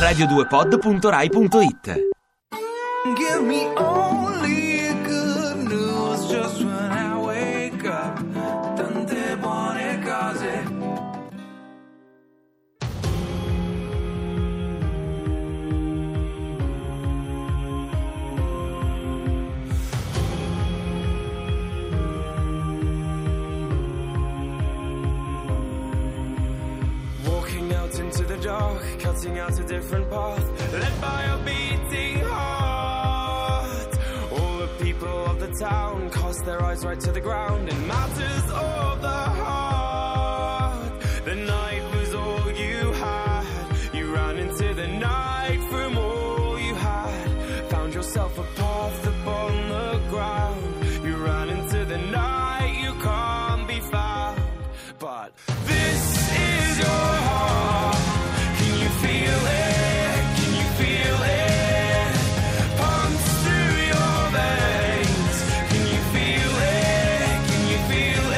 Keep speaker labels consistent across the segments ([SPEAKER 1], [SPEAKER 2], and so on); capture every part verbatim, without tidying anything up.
[SPEAKER 1] radio due pod punto rai punto it.
[SPEAKER 2] Give me only good news just when I wake up. Tante buone cose. Walking out into the dark, cutting out a different path, led by a beating heart. All the people of the town cast their eyes right to the ground in matters of the heart. The night was all you had. You ran into the night from all you had. Found yourself a path upon the ground. You ran into the night, you can't be found. But this is your heart. Can you feel it? Can you feel it? Pumps through your veins. Can you feel it? Can you feel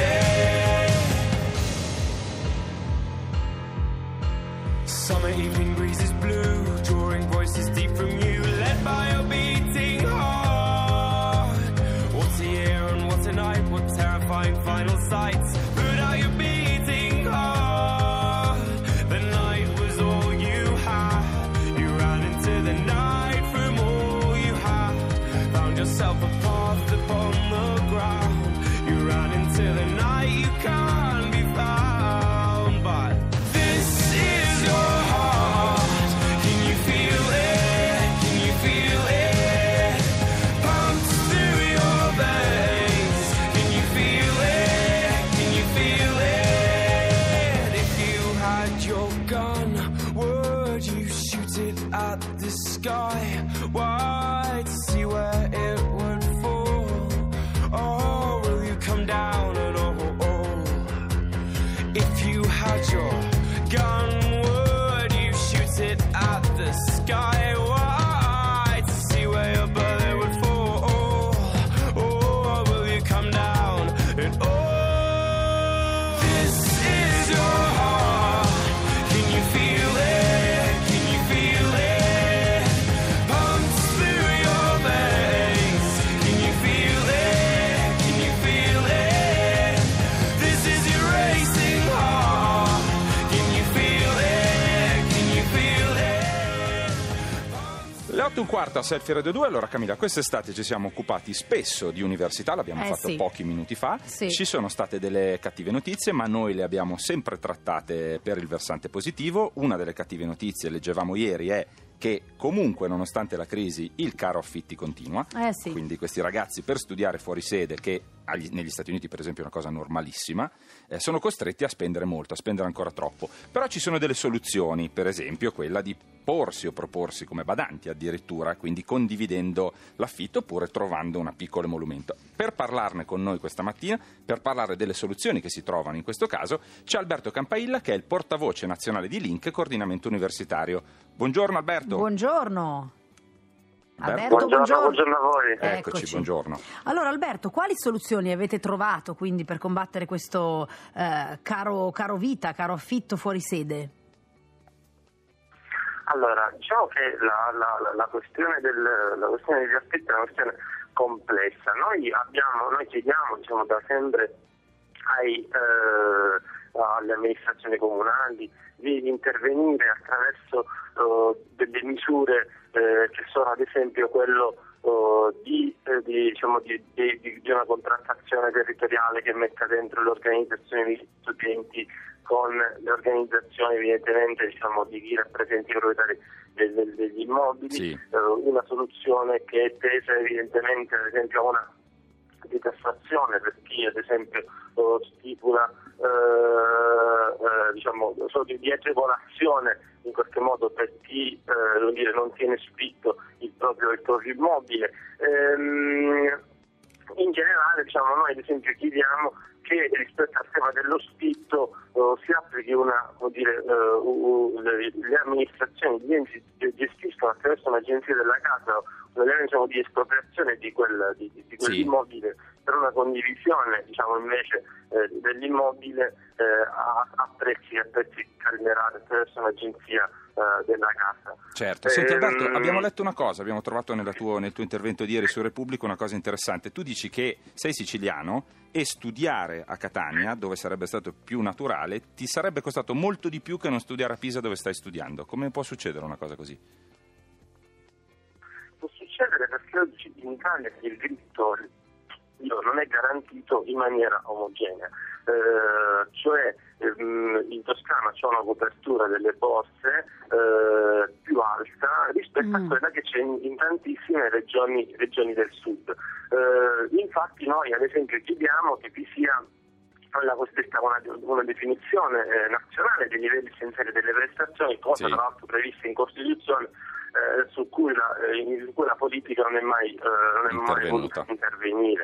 [SPEAKER 2] it? Summer evening breezes blue, drawing voices deep from you, led by a beating heart. What a year and what a night, what terrifying final sights. Put out your beating heart. The night was all you had. You ran into the night from all you had. Found yourself a path upon the ground. You ran into the night, you can't be found. But this is your heart. Can you feel it? Can you feel it? Pumps through your veins. Can you feel it? Can you feel it? If you had your gun, would you shoot it at the sky? Why? To see where it would fall? Or will you come down at all? If you had your gun, would you shoot it at the sky? Why? To see where your bullet would fall? Or will you come down at all? This is your heart. Can you feel it? Can you feel it? Pumps through your veins. Can you feel it? Can you feel it? This is your racing heart. Can you feel it? Can you feel it?
[SPEAKER 3] Le otto e un quarto a Selfie Radio due. Allora Camilla, quest'estate ci siamo occupati spesso di università, l'abbiamo
[SPEAKER 4] Eh,
[SPEAKER 3] fatto
[SPEAKER 4] sì.
[SPEAKER 3] pochi minuti fa.
[SPEAKER 4] Sì.
[SPEAKER 3] Ci sono state delle cattive notizie, ma noi le abbiamo sempre trattate per il versante positivo. Una delle cattive notizie, leggevamo ieri, è che comunque nonostante la crisi il caro affitti continua.
[SPEAKER 4] Eh sì.
[SPEAKER 3] Quindi questi ragazzi per studiare fuori sede, che agli- negli Stati Uniti per esempio è una cosa normalissima, eh, sono costretti a spendere molto, a spendere ancora troppo. Però ci sono delle soluzioni, per esempio quella di porsi o proporsi come badanti addirittura, quindi condividendo l'affitto oppure trovando un piccolo emolumento. Per parlarne con noi questa mattina, per parlare delle soluzioni che si trovano in questo caso, c'è Alberto Campailla, che è il portavoce nazionale di Link Coordinamento Universitario. Buongiorno Alberto.
[SPEAKER 4] Buongiorno.
[SPEAKER 3] Alberto.
[SPEAKER 4] Alberto,
[SPEAKER 5] Buongiorno, buongiorno a voi.
[SPEAKER 3] Eccoci, buongiorno.
[SPEAKER 4] Allora Alberto, quali soluzioni avete trovato quindi per combattere questo eh, caro, caro vita, caro affitto fuori sede?
[SPEAKER 5] Allora, diciamo che la, la, la, questione del, la questione degli affitti è una questione complessa. Noi abbiamo, noi chiediamo, diciamo, da sempre ai, eh, alle amministrazioni comunali di intervenire attraverso eh, delle misure eh, che sono ad esempio quello eh, di, eh, di, diciamo, di, di, di una contrattazione territoriale che metta dentro le organizzazioni di studenti con le organizzazioni evidentemente, diciamo, di chi rappresenta i proprietari de, de, degli immobili,
[SPEAKER 3] Sì.
[SPEAKER 5] eh, una soluzione che è tesa evidentemente ad esempio a una detassazione per chi ad esempio stipula eh, eh, diciamo di, di agevolazione in qualche modo per chi eh, devo dire, non tiene spitto il proprio, il proprio immobile. Ehm, in generale, diciamo, noi ad esempio chiediamo che rispetto al tema dello spitto uh, si applichi una, vuol dire, uh, uh, le, le amministrazioni, gli enti gestiscono attraverso un'agenzia della casa una legge, diciamo, di espropriazione di, quel, di, di quell'immobile per una condivisione, diciamo, invece eh, dell'immobile eh, a, a prezzi a prezzi calmerati attraverso un'agenzia eh, della casa.
[SPEAKER 3] Certo. Senti Alberto,
[SPEAKER 5] Ehm,
[SPEAKER 3] abbiamo letto una cosa, abbiamo trovato nella tuo, nel tuo intervento di ieri su Repubblica una cosa interessante. Tu dici che sei siciliano e studiare a Catania, dove sarebbe stato più naturale, ti sarebbe costato molto di più che non studiare a Pisa, dove stai studiando. Come può succedere una cosa così?
[SPEAKER 5] Può succedere perché oggi in Italia il diritto non è garantito in maniera omogenea, eh, cioè ehm, in Toscana c'è una copertura delle borse eh, più alta rispetto mm. a quella che c'è in, in tantissime regioni, regioni del sud. Eh, infatti noi ad esempio chiediamo che vi sia la cosiddetta una, una definizione eh, nazionale dei livelli essenziali delle prestazioni, cosa
[SPEAKER 3] sì.
[SPEAKER 5] tra l'altro prevista in Costituzione, eh, su cui la, eh, in cui la politica non è mai, eh, non è mai voluta intervenire.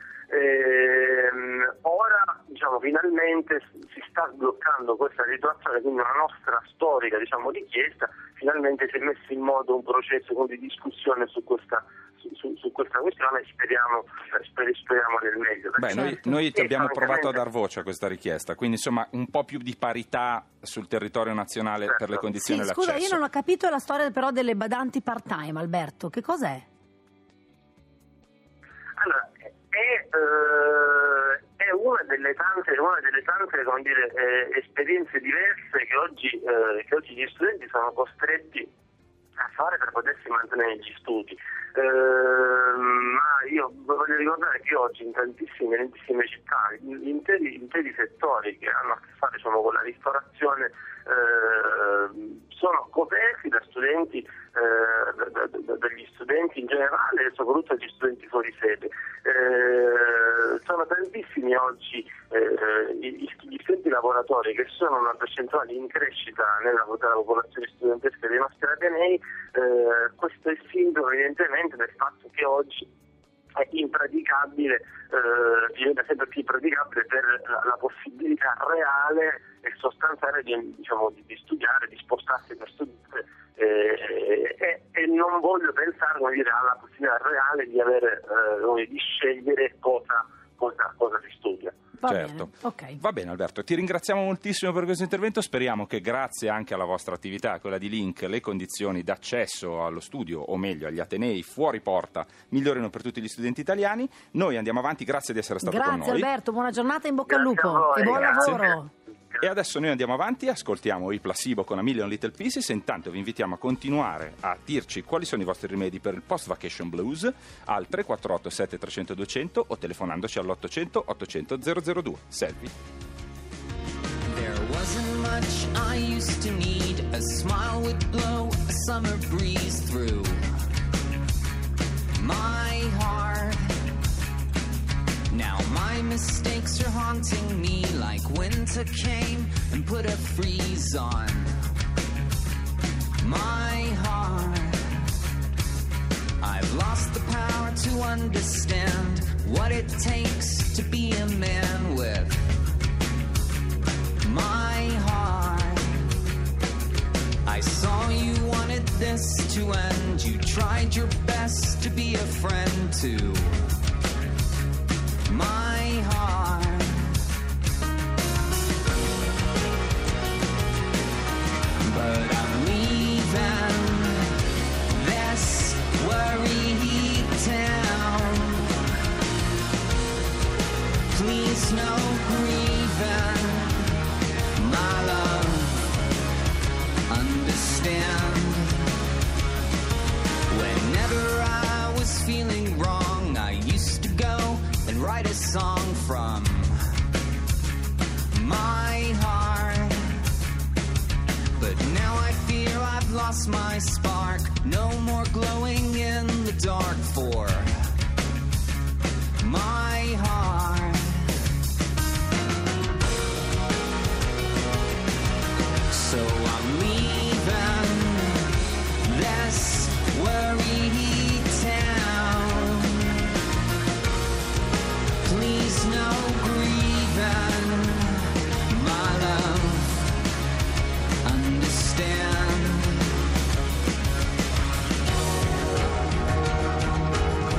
[SPEAKER 5] Ehm, ora diciamo finalmente si sta sbloccando questa situazione, quindi una nostra storica diciamo richiesta, finalmente si è messo in moto un processo di discussione su questa Su, su questa questione e speriamo, sper, speriamo nel meglio.
[SPEAKER 3] Beh,
[SPEAKER 5] certo.
[SPEAKER 3] noi, noi ti
[SPEAKER 5] e
[SPEAKER 3] abbiamo
[SPEAKER 5] francamente...
[SPEAKER 3] provato a dar voce a questa richiesta, quindi insomma un po' più di parità sul territorio nazionale
[SPEAKER 5] certo.
[SPEAKER 3] per le condizioni
[SPEAKER 4] Sì,
[SPEAKER 3] e l'accesso.
[SPEAKER 4] scusa, io non ho capito la storia però delle badanti part-time, Alberto, che cos'è?
[SPEAKER 5] Allora, è, eh, è una delle tante, una delle tante come dire, eh, esperienze diverse che oggi, eh, che oggi gli studenti sono costretti a fare per potersi mantenere negli studi. Eh, ma io voglio ricordare che oggi in tantissime, tantissime città interi, interi settori che hanno a che fare diciamo, con la ristorazione eh, sono coperti da studenti, eh, da, da, dagli studenti in generale e soprattutto dagli studenti fuori sede. Eh, sono tantissimi oggi eh, gli, gli studenti lavoratori che sono una percentuale in crescita nella, nella popolazione studentesca dei nostri atenei. Eh, questo è sintomo evidentemente del fatto che oggi è impraticabile, eh, diventa sempre più impraticabile per la, la possibilità reale e sostanziale di, diciamo, di, di studiare, di spostarsi per studiare eh, e, e non voglio pensare come dire, alla possibilità reale di avere eh, di scegliere cosa, cosa, cosa si studia.
[SPEAKER 4] Va
[SPEAKER 3] certo.
[SPEAKER 4] bene, okay.
[SPEAKER 3] Va bene Alberto, ti ringraziamo moltissimo per questo intervento, speriamo che grazie anche alla vostra attività, quella di Link, le condizioni d'accesso allo studio, o meglio agli atenei fuori porta, migliorino per tutti gli studenti italiani. Noi andiamo avanti, grazie di essere stato
[SPEAKER 4] Grazie
[SPEAKER 3] con noi.
[SPEAKER 4] Grazie Alberto, buona giornata, in bocca
[SPEAKER 5] Grazie
[SPEAKER 4] al lupo
[SPEAKER 5] a voi,
[SPEAKER 4] e buon
[SPEAKER 5] grazie.
[SPEAKER 4] lavoro.
[SPEAKER 3] E adesso noi andiamo avanti, ascoltiamo i Placebo con A Million Little Pieces e intanto vi invitiamo a continuare a dirci quali sono i vostri rimedi per il post-vacation blues al tre quattro otto sette tre zero zero due zero zero o telefonandoci all'ottocento ottocento zero zero due. Selvi.
[SPEAKER 6] There wasn't much I used to need, a smile would blow a summer breeze through my heart. Now my mistakes are haunting me like winter came and put a freeze on my heart. I've lost the power to understand what it takes to be a man with my heart. I saw you wanted this to end, you tried your best to be a friend too. My heart, but I'm leaving this worried town. Please no grieving, my love, understand. Whenever I was feeling wrong, I used to go and write a song from my heart. But now I fear I've lost my spark. No more glowing in the dark for my heart. So I'm leaving this worried town. Please no grieving, my love, understand.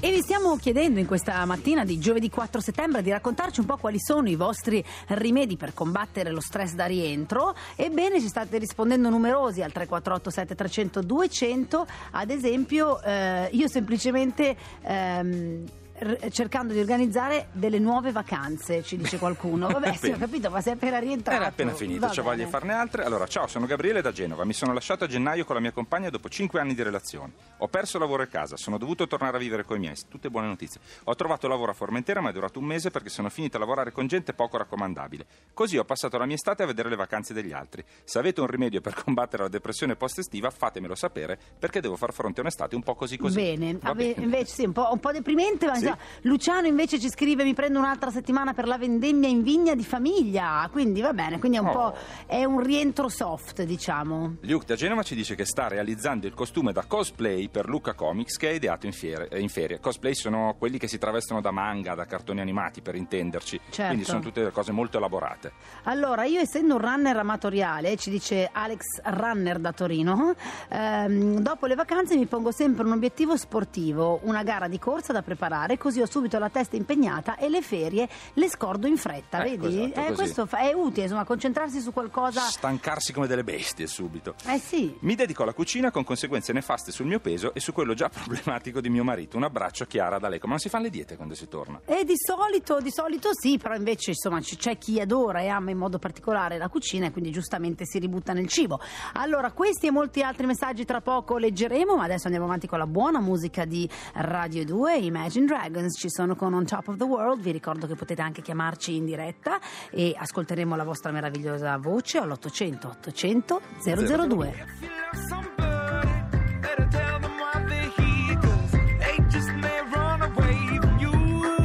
[SPEAKER 4] E vi stiamo chiedendo in questa mattina di giovedì quattro settembre di raccontarci un po' quali sono i vostri rimedi per combattere lo stress da rientro. Ebbene, ci state rispondendo numerosi al tre quattro otto sette tre zero zero duecento. Ad esempio, eh, io semplicemente ehm, cercando di organizzare delle nuove vacanze, ci dice qualcuno. Vabbè, sì, ho capito, ma sei appena rientrato.
[SPEAKER 3] Era appena finito, c'ho voglia di farne altre. Allora, ciao, sono Gabriele da Genova. Mi sono lasciato a gennaio con la mia compagna dopo cinque anni di relazione. Ho perso lavoro e casa, sono dovuto tornare a vivere con i miei. Tutte buone notizie. Ho trovato lavoro a Formentera, ma è durato un mese perché sono finito a lavorare con gente poco raccomandabile. Così ho passato la mia estate a vedere le vacanze degli altri. Se avete un rimedio per combattere la depressione post-estiva, fatemelo sapere, perché devo far fronte a un'estate un po' così così.
[SPEAKER 4] Bene,
[SPEAKER 3] Va
[SPEAKER 4] Ave-
[SPEAKER 3] bene.
[SPEAKER 4] invece sì, un po', un po' deprimente, ma
[SPEAKER 3] Sì.
[SPEAKER 4] insomma, Luciano invece ci scrive: mi prendo un'altra settimana per la vendemmia in vigna di famiglia, quindi va bene, quindi è un
[SPEAKER 3] Oh.
[SPEAKER 4] po' è un rientro soft, diciamo.
[SPEAKER 3] Luke da Genova ci dice che sta realizzando il costume da cosplay per Lucca Comics che ha ideato in, fiere, eh, in ferie. Cosplay sono quelli che si travestono da manga, da cartoni animati, per intenderci.
[SPEAKER 4] Certo.
[SPEAKER 3] Quindi sono tutte cose molto elaborate.
[SPEAKER 4] Allora, io essendo un runner amatoriale, ci dice Alex Runner da Torino, ehm, dopo le vacanze mi pongo sempre un obiettivo sportivo, una gara di corsa da preparare, così ho subito la testa impegnata e le ferie le scordo in fretta,
[SPEAKER 3] Ecco,
[SPEAKER 4] vedi?
[SPEAKER 3] esatto,
[SPEAKER 4] Eh,
[SPEAKER 3] così.
[SPEAKER 4] questo fa- è utile, insomma, concentrarsi su qualcosa.
[SPEAKER 3] Stancarsi come delle bestie subito.
[SPEAKER 4] Eh sì.
[SPEAKER 3] Mi dedico alla cucina con conseguenze nefaste sul mio peso e su quello già problematico di mio marito. Un abbraccio, Chiara da Lecco. Ma non si fanno le diete quando si torna?
[SPEAKER 4] E di solito, di solito sì, però invece insomma c- c'è chi adora e ama in modo particolare la cucina e quindi giustamente si ributta nel cibo. Allora, questi e molti altri messaggi tra poco leggeremo, ma adesso andiamo avanti con la buona musica di Radio due. Imagine Dragons ci sono con On Top of the World. Vi ricordo che potete anche chiamarci in diretta e ascolteremo la vostra meravigliosa voce all'ottocento ottocento zero zero due.
[SPEAKER 2] If you love somebody, better tell them why they're here, 'cause they just may run away from you.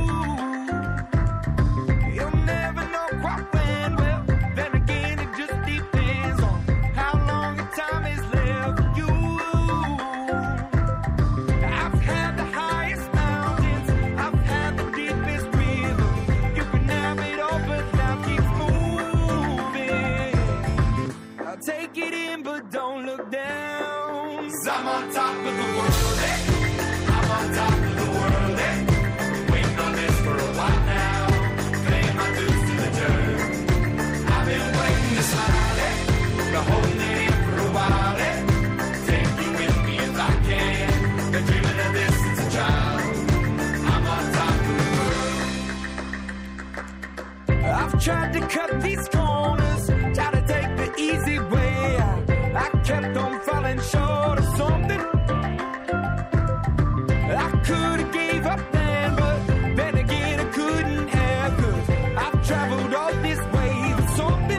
[SPEAKER 2] You'll never know quite when, well, then again it just depends on how long the time is left for you. I've had the highest mountains, I've had the deepest rivers. You can have it all, but now keep moving. I'll take it in, but don't look down. 'Cause I'm on top of the world, eh? I'm on top of the world, eh? Been waiting on this for a while now. Paying my dues to the dirt. I've been waiting to smile, eh? Been holding it in for a while, eh? Take you with me if I can. Been dreaming of this since a child. I'm on top of the world. I've tried to cut these corners, try to take the easy way out. I kept on falling short of something. I could have gave up then, but then again I couldn't have, 'cause I've traveled all this way for something.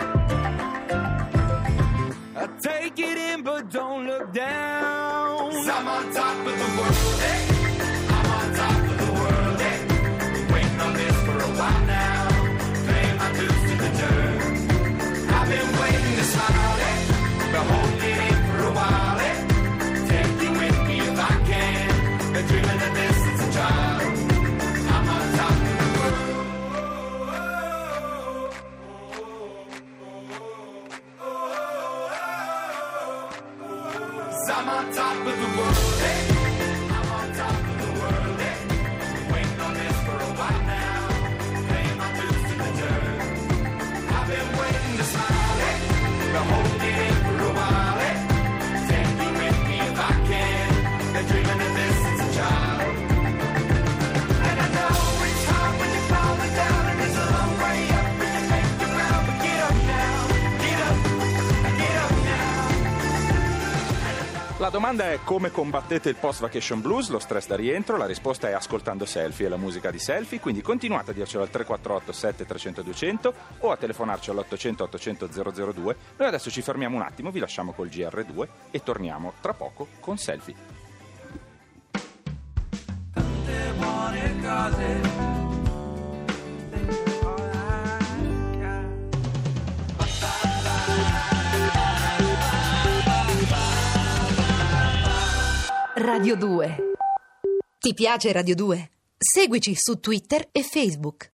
[SPEAKER 2] I take it in, but don't look down. 'Cause I'm on top of the world, eh? I'm on top of the world, eh? Been waiting on this for a while now. Paying my dues to the dirt. I've been waiting to smile, eh? Been holding it in for a while, eh? Take you with me if I can. Been dreaming of this since a child. I'm on top of the world. 'Cause I'm on top of the world, eh? I'm on top of the world, eh? Been waiting on this for a while now. Paying my dues to the dirt. I've been waiting to smile, eh? Been holding it in for a while, eh? Take me with me if I can. Been dreaming of this since a child. And I know it's hard when you're falling down, and it's a long way up when you make it round. But get up now, get up, get up now.
[SPEAKER 3] La domanda è: come combattete il post-vacation blues, lo stress da rientro? La risposta è ascoltando Selfie e la musica di Selfie, quindi continuate a dircelo al tre quattro otto sette tre zero zero duecento o a telefonarci all'ottocento ottocento zero zero due. Noi adesso ci fermiamo un attimo, vi lasciamo col G R due e torniamo tra poco con Selfie.
[SPEAKER 7] Radio due. Ti piace Radio due? Seguici su Twitter e Facebook.